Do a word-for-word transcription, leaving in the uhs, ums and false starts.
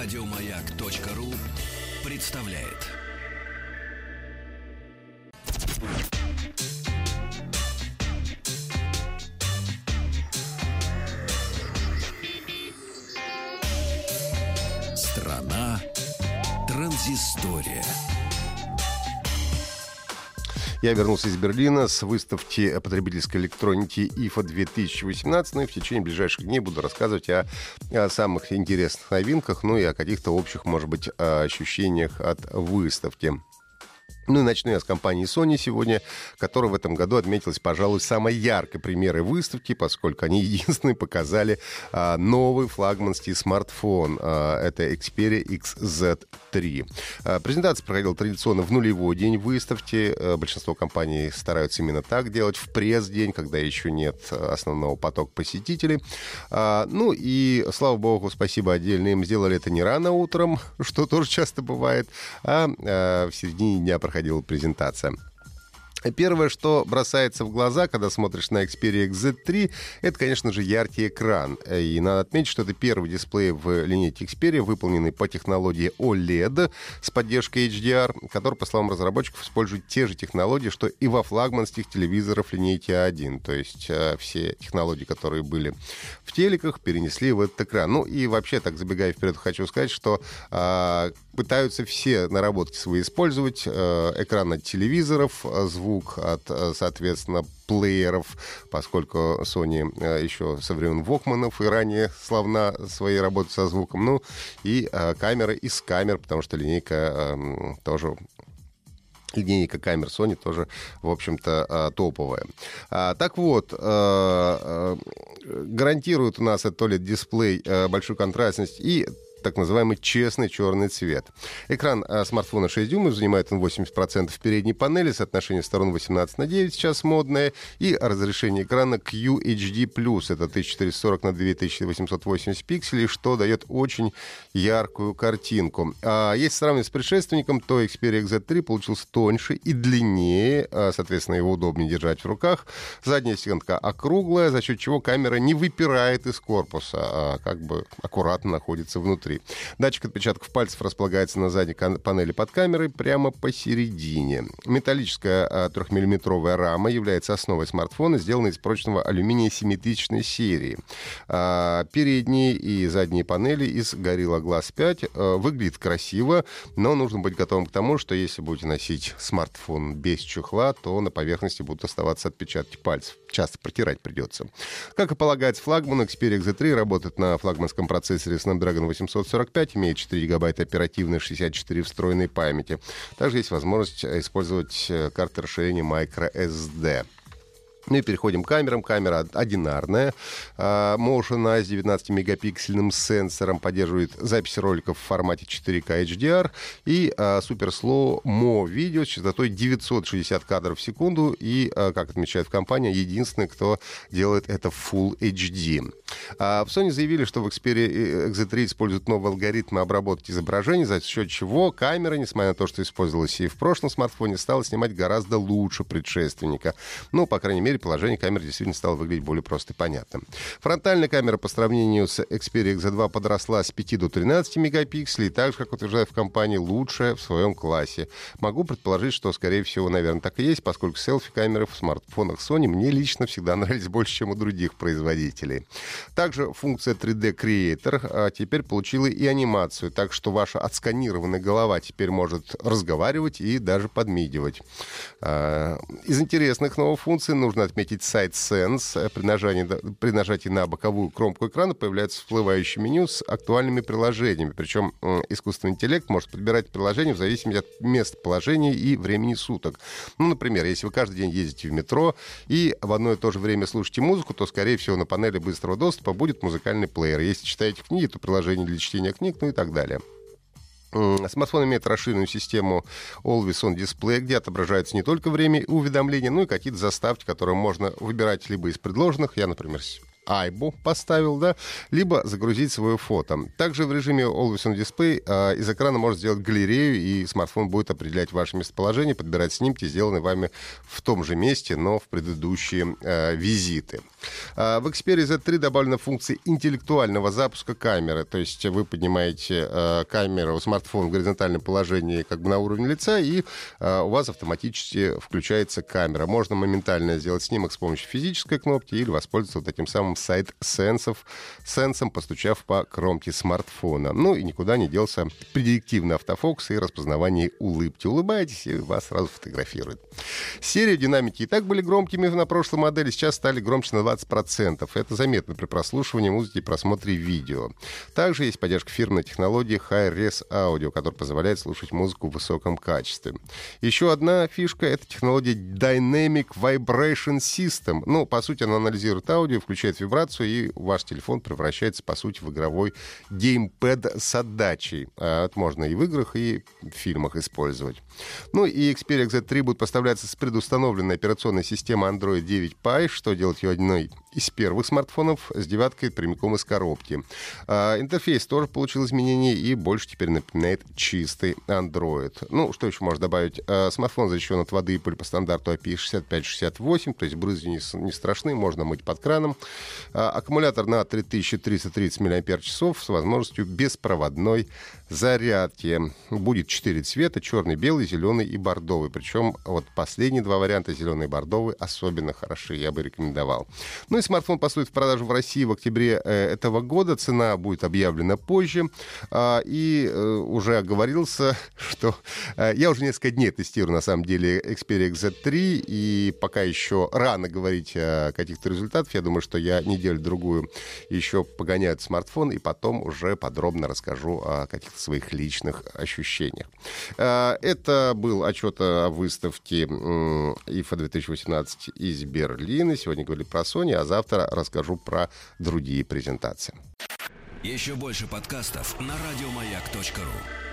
Радиомаяк.ру представляет. Страна транзистория. Я вернулся из Берлина с выставки потребительской электроники ай эф эй две тысячи восемнадцать. Ну и в течение ближайших дней буду рассказывать о, о самых интересных новинках, ну и о каких-то общих, может быть, ощущениях от выставки. Ну и начну я с компании Sony сегодня, которая в этом году отметилась, пожалуй, самой яркой премьерой выставки, поскольку они единственные показали а, новый флагманский смартфон. А, это Xperia икс зет три. А, презентация проходила традиционно в нулевой день выставки. А, большинство компаний стараются именно так делать, в пресс-день, когда еще нет основного потока посетителей. А, ну и, слава богу, спасибо отдельно им, сделали это не рано утром, что тоже часто бывает, а, а в середине дня проходила презентация. Первое, что бросается в глаза, когда смотришь на Xperia икс зет три, это, конечно же, яркий экран. И надо отметить, что это первый дисплей в линейке Xperia, выполненный по технологии о лед с поддержкой эйч ди ар, который, по словам разработчиков, использует те же технологии, что и во флагманских телевизорах линейки а один. То есть э, все технологии, которые были в телеках, перенесли в этот экран. Ну и вообще, так забегая вперед, хочу сказать, что э, пытаются все наработки свои использовать. Э, экран от телевизоров, звук от, соответственно, плееров, поскольку Sony еще со времен Walkman'ов и ранее славна своей работой со звуком. Ну и э, камеры из камер, потому что линейка э, тоже... Линейка камер Sony тоже, в общем-то, топовая. А, так вот, а, а, гарантирует у нас этот о лед-дисплей а, большую контрастность и так называемый честный черный цвет. Экран а, смартфона шесть дюймов, занимает он восемьдесят процентов передней панели, соотношение сторон восемнадцать на девять сейчас модное, и разрешение экрана кью эйч ди плюс, это тысяча четыреста сорок на две тысячи восемьсот восемьдесят пикселей, что дает очень яркую картинку. А если сравнивать с предшественником, то Xperia икс зет три получился тоньше и длиннее, а, соответственно, его удобнее держать в руках. Задняя стенка округлая, за счет чего камера не выпирает из корпуса, а как бы аккуратно находится внутри. Датчик отпечатков пальцев располагается на задней панели под камерой прямо посередине. Металлическая трехмиллиметровая рама является основой смартфона, сделана из прочного алюминия семитысячной серии. А, передние и задние панели из Gorilla Glass пять. А, выглядит красиво, но нужно быть готовым к тому, что если будете носить смартфон без чехла, то на поверхности будут оставаться отпечатки пальцев. Часто протирать придется. Как и полагается флагману, Xperia икс зет три работает на флагманском процессоре Snapdragon восемьсот сорок пять, имеет четыре гигабайта оперативной, шестьдесят четыре встроенной памяти. Также есть возможность использовать карты расширения microSD. Ну и переходим к камерам. Камера одинарная. Motion Eye с девятнадцатимегапиксельным сенсором поддерживает запись роликов в формате четыре ка эйч ди ар и Super Slow Mo видео с частотой девятьсот шестьдесят кадров в секунду. И, как отмечает компания, единственный, кто делает это в Full эйч ди. В Sony заявили, что в Xperia икс зет три используют новые алгоритмы обработки изображений, за счет чего камера, несмотря на то, что использовалась и в прошлом смартфоне, стала снимать гораздо лучше предшественника. Ну, по крайней мере, положение камеры действительно стало выглядеть более просто и понятным. Фронтальная камера по сравнению с Xperia икс зет два подросла с пяти до тринадцати мегапикселей, и так же, как утверждает в компании, лучшая в своем классе. Могу предположить, что, скорее всего, наверное, так и есть, поскольку селфи-камеры в смартфонах Sony мне лично всегда нравились больше, чем у других производителей. Также функция три дэ Creator а, теперь получила и анимацию, так что ваша отсканированная голова теперь может разговаривать и даже подмигивать. А, из интересных новых функций нужно отметить Side Sense. При нажатии, при нажатии на боковую кромку экрана появляется всплывающее меню с актуальными приложениями. Причем искусственный интеллект может подбирать приложения в зависимости от местоположения и времени суток. Ну, например, если вы каждый день ездите в метро и в одно и то же время слушаете музыку, то, скорее всего, на панели быстрого доступа будет музыкальный плеер. Если читаете книги, то приложение для чтения книг, ну и так далее. Смартфон имеет расширенную систему Always On Display, где отображается не только время и уведомления, но и какие-то заставки, которые можно выбирать либо из предложенных. Я, например, айбу поставил, да, либо загрузить свое фото. Также в режиме Always on Display э, из экрана можно сделать галерею, и смартфон будет определять ваше местоположение, подбирать снимки, сделанные вами в том же месте, но в предыдущие э, визиты. Э, в Xperia зет три добавлена функция интеллектуального запуска камеры, то есть вы поднимаете э, камеру, смартфон в горизонтальном положении как бы на уровне лица, и э, у вас автоматически включается камера. Можно моментально сделать снимок с помощью физической кнопки или воспользоваться вот этим самым сайт-сенсов, сенсом, постучав по кромке смартфона. Ну и никуда не делся предиктивный автофокус и распознавание улыбки. Улыбаетесь, и вас сразу фотографируют. Серии динамики и так были громкими на прошлой модели, сейчас стали громче на двадцать процентов. Это заметно при прослушивании музыки и просмотре видео. Также есть поддержка фирменной технологии Hi-Res Audio, которая позволяет слушать музыку в высоком качестве. Еще одна фишка — это технология Dynamic Vibration System. Ну, по сути, она анализирует аудио, включает вибрацию, и ваш телефон превращается, по сути, в игровой геймпэд с отдачей. Это можно и в играх, и в фильмах использовать. Ну и Xperia зет три будет поставляться с предустановленной операционной системой Android девять Pie, что делает ее одной из первых смартфонов с девяткой прямиком из коробки. А, интерфейс тоже получил изменения и больше теперь напоминает чистый Android. Ну, что еще можно добавить? А, смартфон защищен от воды и пыли по стандарту ай пи шестьдесят пять шестьдесят восемь, то есть брызги не, не страшны, можно мыть под краном. А, аккумулятор на три тысячи триста тридцать миллиампер-часов с возможностью беспроводной зарядки. Будет четыре цвета: черный, белый, зеленый и бордовый. Причем вот последние два варианта, зеленый и бордовый, особенно хороши, я бы рекомендовал. Ну и смартфон поступит в продажу в России в октябре э, этого года. Цена будет объявлена позже. А, и э, уже оговорился, что э, я уже несколько дней тестирую, на самом деле, Xperia зет три, и пока еще рано говорить о каких-то результатах. Я думаю, что я неделю-другую еще погоняю этот смартфон, и потом уже подробно расскажу о каких-то своих личных ощущениях. А, это был отчет о выставке ай эф а две тысячи восемнадцать из Берлина. Сегодня говорили про Sony, а завтра расскажу про другие презентации. Еще больше подкастов на радиомаяк точка ру.